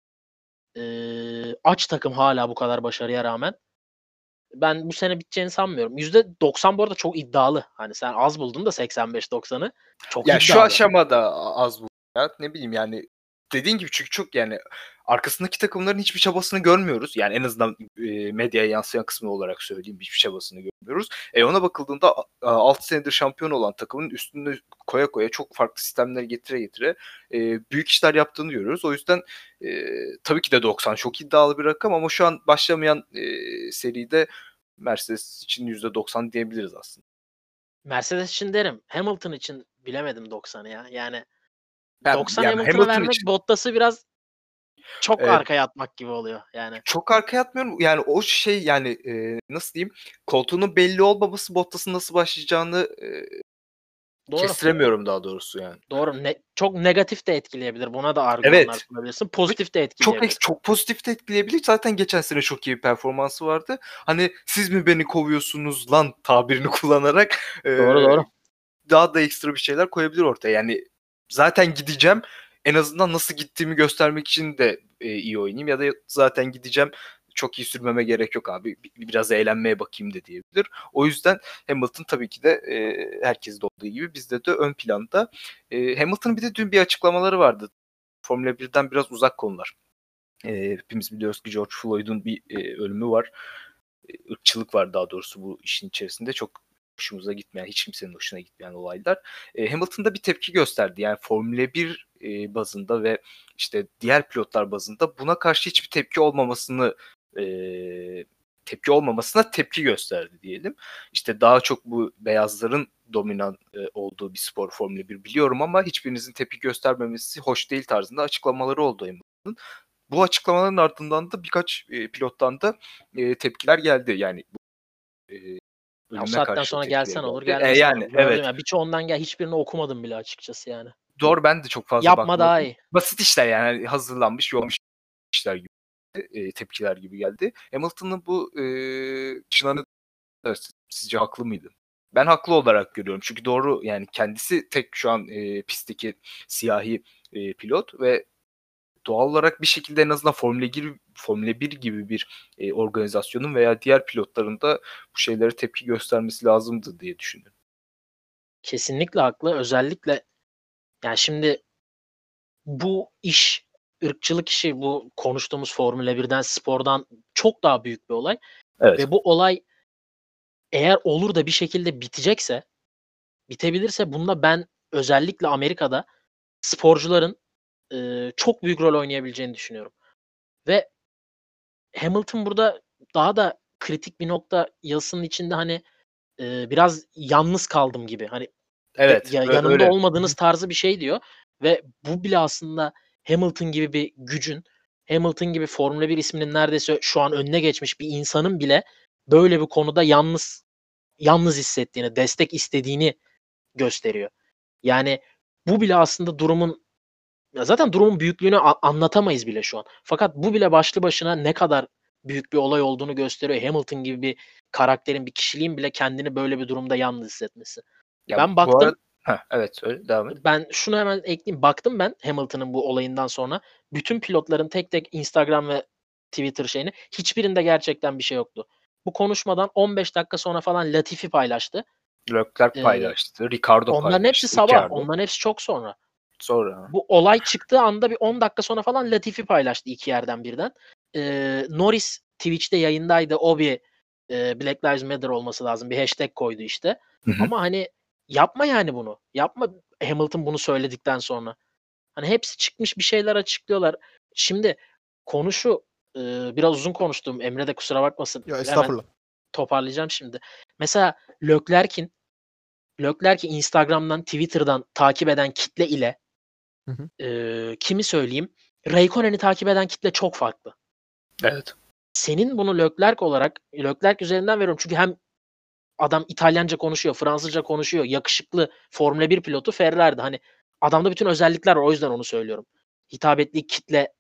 aç takım hala bu kadar başarıya rağmen. Ben bu sene biteceğini sanmıyorum. %90 bu arada çok iddialı. Hani sen az buldun da 85-90'ı. Çok Ya şu iddialı. aşamada az bu. Ya ne bileyim yani dediğin gibi çünkü çok yani arkasındaki takımların hiçbir çabasını görmüyoruz. Yani en azından medyaya yansıyan kısmı olarak söyleyeyim hiçbir çabasını görmüyoruz. Ona bakıldığında 6 senedir şampiyon olan takımın üstünde koya koya çok farklı sistemleri getire getire büyük işler yaptığını görüyoruz. O yüzden tabii ki de 90 çok iddialı bir rakam ama şu an başlamayan seride Mercedes için %90 diyebiliriz aslında. Mercedes için derim. Hamilton için bilemedim 90'ı ya. Yani Yani 90 yani Hamilton'a Hamilton vermek için Bottas'ı biraz çok Evet. arkaya atmak gibi oluyor yani. çok arkaya atmıyorum. Yani o şey yani nasıl diyeyim koltuğunun belli olmaması Bottas'ın nasıl başlayacağını Doğru. kestiremiyorum daha doğrusu yani. Doğru. Çok negatif de etkileyebilir. Buna da argümanlar Evet. sunabilirsin. Pozitif de etkileyebilir. Çok pozitif de etkileyebilir. Zaten geçen sene çok iyi bir performansı vardı. Hani siz mi beni kovuyorsunuz lan tabirini kullanarak Doğru. daha da ekstra bir şeyler koyabilir ortaya. Yani zaten gideceğim. En azından nasıl gittiğimi göstermek için de iyi oynayayım ya da zaten gideceğim. Çok iyi sürmeme gerek yok abi. Biraz eğlenmeye bakayım da diyebilir. O yüzden Hamilton tabii ki de herkeste olduğu gibi bizde de ön planda. Hamilton'ın bir de dün bir açıklamaları vardı. Formula 1'den biraz uzak konular. Hepimiz biliyoruz ki George Floyd'un bir ölümü var. Irkçılık var daha doğrusu bu işin içerisinde. Çok hoşumuza gitmeyen, hiç kimsenin hoşuna gitmeyen olaylar. Hamilton'da bir tepki gösterdi. Yani Formula 1 bazında ve işte diğer pilotlar bazında buna karşı hiçbir tepki olmamasına tepki gösterdi diyelim. İşte daha çok bu beyazların dominant olduğu bir spor Formula 1 biliyorum ama hiçbirinizin tepki göstermemesi hoş değil tarzında açıklamaları oldu Hamilton'ın. Bu açıklamaların ardından da birkaç pilottan da tepkiler geldi. Yani Ya o ölüme saatten karşı sonra tepkileri gelsen olur, geldi. gelmesen Yani olur. Gördüm evet. ya birçoğundan hiçbirini okumadım bile açıkçası yani. Doğru ben de çok fazla Yapma daha bakmadım. iyi. Basit işler yani hazırlanmış, yoğunmuş işler gibi tepkiler gibi geldi. Hamilton'ın bu çınarı sizce haklı mıydı? Ben haklı olarak görüyorum. Çünkü doğru yani kendisi tek şu an pistteki siyahi pilot ve doğal olarak bir şekilde en azından Formula 1 gibi bir organizasyonun veya diğer pilotların da bu şeylere tepki göstermesi lazımdı diye düşünüyorum. Kesinlikle haklı. Özellikle yani şimdi bu iş, ırkçılık işi, bu konuştuğumuz Formula 1'den, spordan çok daha büyük bir olay. Evet. Ve bu olay eğer olur da bir şekilde bitecekse, bitebilirse bunda ben özellikle Amerika'da sporcuların çok büyük rol oynayabileceğini düşünüyorum. Ve Hamilton burada daha da kritik bir nokta yazısının içinde hani biraz yalnız kaldım gibi. Hani Evet. yanımda Öyle. olmadığınız tarzı bir şey diyor ve bu bile aslında Hamilton gibi bir gücün, Hamilton gibi Formula 1 isminin neredeyse şu an önüne geçmiş bir insanın bile böyle bir konuda yalnız hissettiğini, destek istediğini gösteriyor. Yani bu bile aslında zaten durumun büyüklüğünü anlatamayız bile şu an. Fakat bu bile başlı başına ne kadar büyük bir olay olduğunu gösteriyor. Hamilton gibi bir karakterin, bir kişiliğin bile kendini böyle bir durumda yalnız hissetmesi. Ya Ben bu baktım, arada evet öyle devam et. ben şunu hemen ekleyeyim. Baktım ben Hamilton'ın bu olayından sonra bütün pilotların tek tek Instagram ve Twitter şeyini hiçbirinde gerçekten bir şey yoktu. Bu konuşmadan 15 dakika sonra falan Latifi paylaştı. Leclerc Ee, paylaştı. Ricardo Onların hepsi paylaştı. sabah. Ricciardo. Onların hepsi çok sonra. Sonra. Bu olay çıktığı anda bir 10 dakika sonra falan Latifi paylaştı iki yerden birden. Norris Twitch'te yayındaydı. O bir Black Lives Matter olması lazım. Bir hashtag koydu işte. Hı hı. Ama hani yapma yani bunu. Yapma Hamilton bunu söyledikten sonra. Hani hepsi çıkmış bir şeyler açıklıyorlar. Şimdi konu şu, biraz uzun konuştum. Emre de kusura bakmasın. Ya Hemen estağfurullah. toparlayacağım şimdi. Mesela Leclerc'in Instagram'dan, Twitter'dan takip eden kitle ile Hı hı. kimi söyleyeyim? Raikkonen'i takip eden kitle çok farklı. Evet. Senin bunu Leclerc üzerinden veriyorum. Çünkü hem adam İtalyanca konuşuyor, Fransızca konuşuyor. Yakışıklı Formula 1 pilotu Ferrari'de. Hani adamda bütün özellikler var. O yüzden onu söylüyorum. Hitap ettiği kitle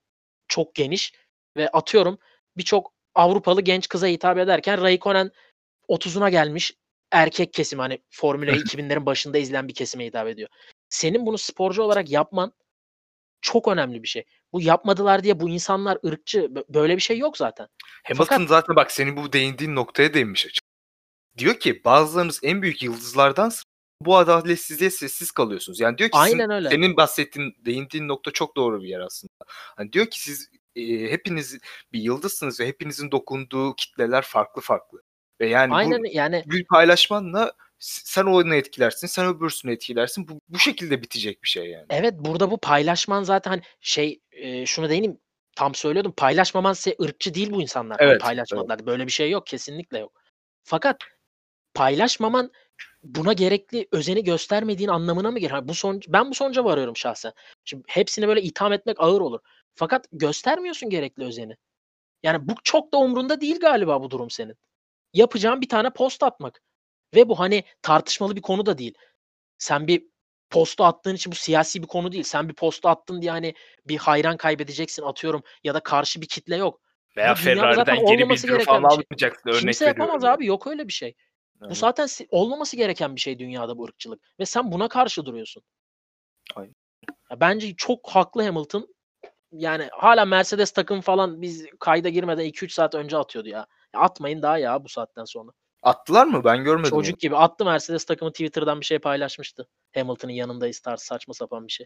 çok geniş ve atıyorum birçok Avrupalı genç kıza hitap ederken Raikkonen 30'una gelmiş erkek kesimi, hani Formula 2000'lerin başında izleyen bir kesime hitap ediyor. Senin bunu sporcu olarak yapman çok önemli bir şey. Bu yapmadılar diye bu insanlar ırkçı, böyle bir şey yok zaten. Hamilton Fakat zaten bak senin bu değindiğin noktaya değinmiş açık. Diyor ki bazılarınız en büyük yıldızlardansınız. Bu adaletsizliğe sessiz kalıyorsunuz. Yani diyor ki aynen öyle. senin bahsettiğin, değindiğin nokta çok doğru bir yer aslında. Hani diyor ki siz hepiniz bir yıldızsınız ve hepinizin dokunduğu kitleler farklı farklı. Ve yani Aynen bu yani bir paylaşmanla sen onu etkilersin, sen öbürsünü etkilersin. Bu şekilde bitecek bir şey yani. evet, burada bu paylaşman zaten hani şunu değineyim, tam söylüyordum, paylaşmaman ırkçı değil bu insanlar. Hani Evet, paylaşmadılar. Böyle bir şey yok. Kesinlikle yok. Fakat paylaşmaman buna gerekli özeni göstermediğin anlamına mı gelir? Hani ben bu sonuca varıyorum şahsen. Şimdi hepsini böyle itham etmek ağır olur. Fakat göstermiyorsun gerekli özeni. Yani bu çok da umrunda değil galiba bu durum senin. Yapacağın bir tane post atmak. Ve bu hani tartışmalı bir konu da değil. Sen bir postu attığın için bu siyasi bir konu değil. Sen bir postu attın diye hani bir hayran kaybedeceksin atıyorum ya da karşı bir kitle yok. Veya Bu dünyada zaten Ferrari'den geri olmaması bildiri falan gereken bir şey. almayacaksın. Örnek Kimse yapamaz veriyorum. abi. Yok öyle bir şey. Bu Yani. zaten olmaması gereken bir şey dünyada, bu ırkçılık. Ve sen buna karşı duruyorsun. Aynen. Ya bence çok haklı Hamilton. Yani hala Mercedes takım falan biz kayda girmeden 2-3 saat önce atıyordu ya. Ya atmayın daha ya bu saatten sonra. Attılar mı? Ben görmedim onu. Çocuk gibi attı, Mercedes takımı Twitter'dan bir şey paylaşmıştı. Hamilton'ın yanındayız tarzı saçma sapan bir şey.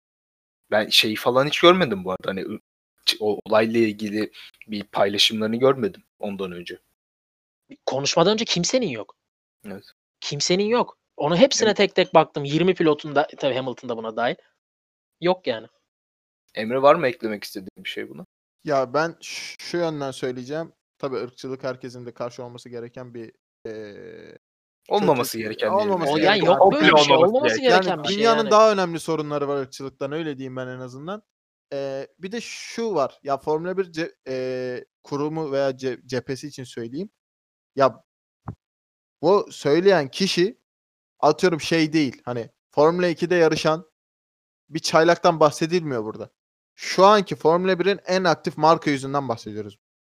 Ben şeyi falan hiç görmedim bu arada. Hani o olayla ilgili bir paylaşımlarını görmedim ondan önce. Konuşmadan önce kimsenin yok. Evet. Kimsenin yok. Onu hepsine Evet. tek tek baktım. 20 pilotun da tabii Hamilton da buna dahil. Yok yani. Emre var mı eklemek istediğin bir şey buna? Ya ben şu yönden söyleyeceğim. Tabii ırkçılık herkesin de karşı olması gereken bir Olmaması kötü gereken diyelim. olmaması O mesela. yani gereken yok böyle bir şey. olmaması Olmaması gereken. gereken yani bir şey dünyanın yani. daha önemli sorunları var ırkçılıktan, öyle diyeyim ben en azından. Bir de şu var. Ya Formula 1 kurumu veya cephesi için söyleyeyim. Ya bu söyleyen kişi atıyorum şey değil. Hani Formula 2'de yarışan bir çaylaktan bahsedilmiyor burada. Şu anki Formula 1'in en aktif marka yüzünden bahsediyoruz.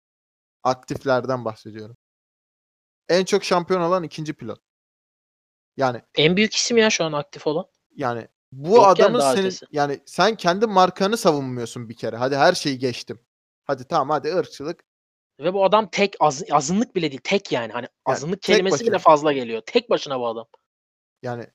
Aktiflerden bahsediyorum. En çok şampiyon olan ikinci pilot. Yani En büyük isim ya şu an aktif olan. bu Yok yani adamın daha senin ötesi. yani sen kendi markanı savunmuyorsun bir kere. Hadi her şeyi geçtim. Hadi tamam, hadi ırkçılık. Ve bu adam tek, azınlık bile değil. Tek yani. Hani Yani azınlık tek kelimesi bile başına. fazla geliyor. Tek başına bu adam. Yani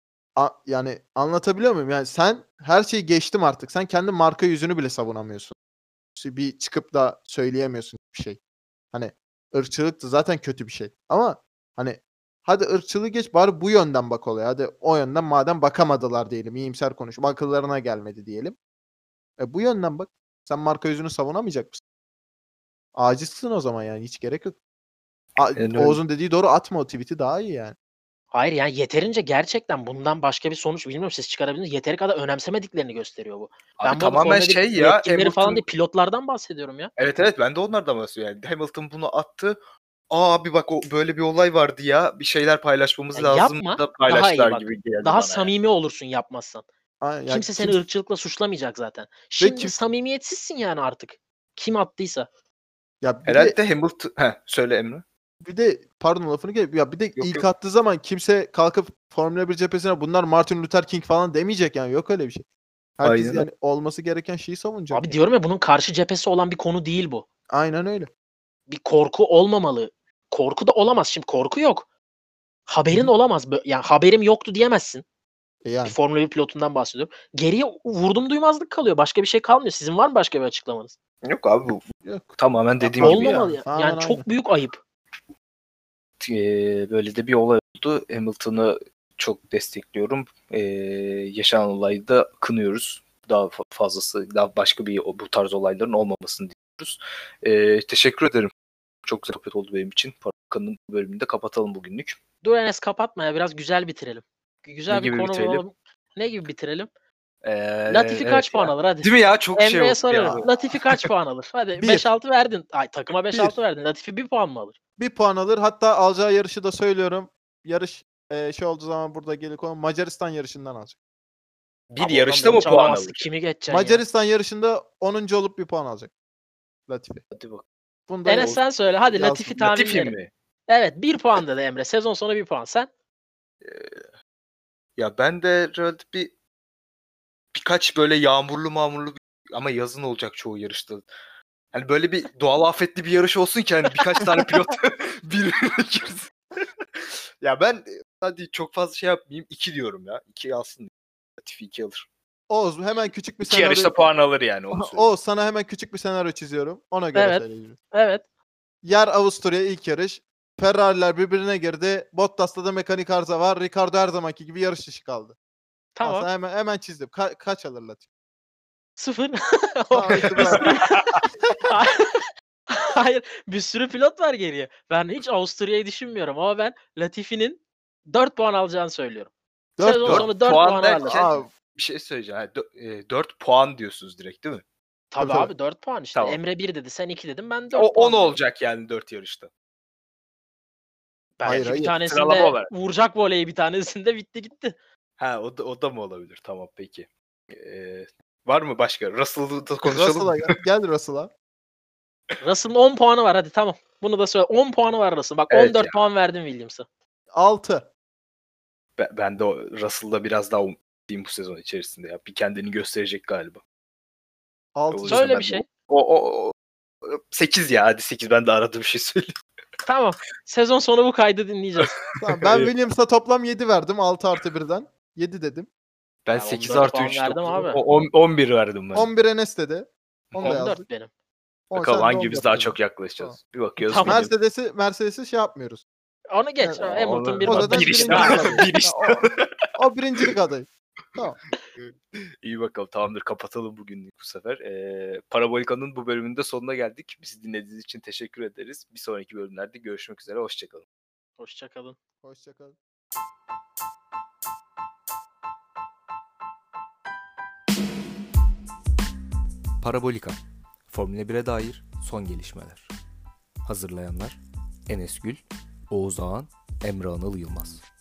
yani anlatabiliyor muyum? Yani sen her şeyi geçtim artık. Sen kendi marka yüzünü bile savunamıyorsun. Bir çıkıp da söyleyemiyorsun bir şey. Hani ırkçılık da zaten kötü bir şey. Ama hani hadi ırkçılığı geç, bari bu yönden bak olaya. Hadi o yönden madem bakamadılar diyelim. İyimser konuşup akıllarına gelmedi diyelim. Bu yönden bak. Sen marka yüzünü savunamayacak mısın? Acizsin o zaman, yani hiç gerek yok. Yani öyle. Oğuz'un dediği doğru, atma o tweet'i, daha iyi yani. Hayır yani yeterince gerçekten bundan başka bir sonuç bilmiyorum, siz çıkarabilirsiniz. Yeteri kadar önemsemediklerini gösteriyor bu. Abi Ben bu arada tamamen Formula 1 şey ya yetkilileri falan Hamilton. değil, pilotlardan bahsediyorum ya. Evet ben de onlardan bahsediyorum. Yani Hamilton bunu attı. Abi bak o böyle bir olay vardı ya. Bir şeyler paylaşmamız Ya lazım yapma, da daha iyi paylaştılar bak. gibi geldi Daha bana yani. samimi olursun yapmazsan. Yani Kimse seni ırkçılıkla suçlamayacak zaten. ve Şimdi samimiyetsizsin yani artık. Kim attıysa. ya Herhalde Hamilton... söyle Emre. bir de pardon lafını ya bir de Yok, ilk yok. attığı zaman kimse kalkıp Formula 1 cephesine bunlar Martin Luther King falan demeyecek yani. Yok öyle bir şey. Herkes Aynen. yani olması gereken şeyi savunacak. Abi diyorum ya, bunun karşı cephesi olan bir konu değil bu. Aynen öyle. Bir korku olmamalı. Korku da olamaz. Şimdi korku yok. Haberin olamaz. Yani haberim yoktu diyemezsin. Bir Yani. Formula 1 pilotundan bahsediyorum. Geriye vurdum duymazlık kalıyor. Başka bir şey kalmıyor. Sizin var mı başka bir açıklamanız? Yok abi bu Yok. tamamen dediğim gibi Olmamalı yani. ya. Tamamen Yani çok aynı. büyük ayıp. Böyle de bir olay oldu. Hamilton'ı çok destekliyorum. Yaşanan olayı da kınıyoruz. Daha fazlası, daha başka bir bu tarz olayların olmamasını diliyoruz. Teşekkür ederim. Çok güzel sohbet oldu benim için. Parkanın bölümünü de kapatalım bugünlük. Dur Enes, kapatma ya. Biraz güzel bitirelim. Güzel Ne bir gibi konu bitirelim? bulalım. Ne gibi bitirelim? Latifi Evet kaç puan ya. alır hadi. Değil mi ya? Çok şey Emre'ye oldu sorarım. ya. Latifi kaç puan alır? Hadi Bir. 5-6 verdin. Ay, takıma 5-6 Bir. verdin. Latifi 1 puan mı alır? 1 puan alır. Hatta alacağı yarışı da söylüyorum. Yarış şey olduğu zaman burada gelir konu, Macaristan yarışından alacak. Bir Abi yarışta adam mı hiç puan alamazsın. alır? Kimi geçeceksin ya? Macaristan yarışında 10. olup bir puan alacak. Latifi. Hadi bak. Bunu da Enes sen söyle. Hadi yazdım. Latifi Latifi tahminleri. mi? Evet 1 puan dedi Emre. Sezon sonu 1 puan. Sen? Ya ben de herhalde birkaç böyle yağmurlu ama yazın olacak çoğu yarışta. Hani böyle bir doğal afetli bir yarış olsun ki hani birkaç tane pilot birbirine girsin. Ya ben hadi çok fazla şey yapmayayım. 2 diyorum ya. 2 alsın. Latifi 2 alır. Oğuz hemen küçük bir 2 yarışta puan alır yani onu söyleyeyim. Oğuz sana hemen küçük bir senaryo çiziyorum. Ona göre Evet. söyleyeceğim. Evet. Yer Avusturya ilk yarış. Ferrari'ler birbirine girdi. Bottas'ta da mekanik arıza var. Ricardo her zamanki gibi yarış dışı kaldı. Tamam. Aslında hemen çizdim. Kaç alır Latifi? 0. Tamam, işte bu. Hayır. Bir sürü pilot var geriye. Ben hiç Avusturya'yı düşünmüyorum ama ben Latifi'nin 4 puan alacağını söylüyorum. Dört Sezon puan. sonu 4 Puan puanı var derken- Latifi. Aa, Bir şey söyleyeceğim. 4 puan diyorsunuz direkt değil mi? Tabii tabii. abi 4 puan işte. Tamam. Emre 1 dedi, sen 2 dedin, ben 4 O puan 10 dedim. olacak yani 4 yarışta. Belki Hayır, bir hayır. Sıralama tanesinde olarak. vuracak voleyi, bir tanesinde bitti gitti. Ha o da mı olabilir? Tamam peki. Var mı başka? Russell'ı da konuşalım. Russell'a gel Russell'a. Russell'ın 10 puanı var, hadi tamam. Bunu da söyle. 10 puanı var Russell. Bak Evet 14 ya. puan verdim Williams'a. 6. Ben de Russell'da biraz daha umutluyum bu sezon içerisinde ya. Bir kendini gösterecek galiba. 6. O yüzden Söyle ben bir de şey. O 8 ya, hadi 8, ben de arada bir şey söyleyeyim. Tamam. Sezon sonu bu kaydı dinleyeceğiz. Tamam, ben Williams'a toplam 7 verdim. 6 artı 1'den. 7 dedim. Ben Ben 8 14 artı puan 3 verdim 9, abi. 11 verdim ben. 11 Enes dedi. Onu da 14 yazdık. benim. Bakalım Sen de hangimiz 14 daha dedin. çok yaklaşacağız. Bir bakıyoruz. Tamam. Mercedes'i şey yapmıyoruz. Onu geç. Yani Hamilton bir o bak. zaten bir işte. birincilik adayı. Bir işte. O birincilik adayı. Tamam. İyi bakalım, tamamdır, kapatalım bugünlük bu sefer. Parabolika'nın bu bölümünde sonuna geldik. Bizi dinlediğiniz için teşekkür ederiz. Bir sonraki bölümlerde görüşmek üzere. Hoşçakalın. Hoşçakalın. Hoşçakalın. Parabolika, Formula 1'e dair son gelişmeler. Hazırlayanlar Enes Gül, Oğuz Ağan, Emre Anıl Yılmaz.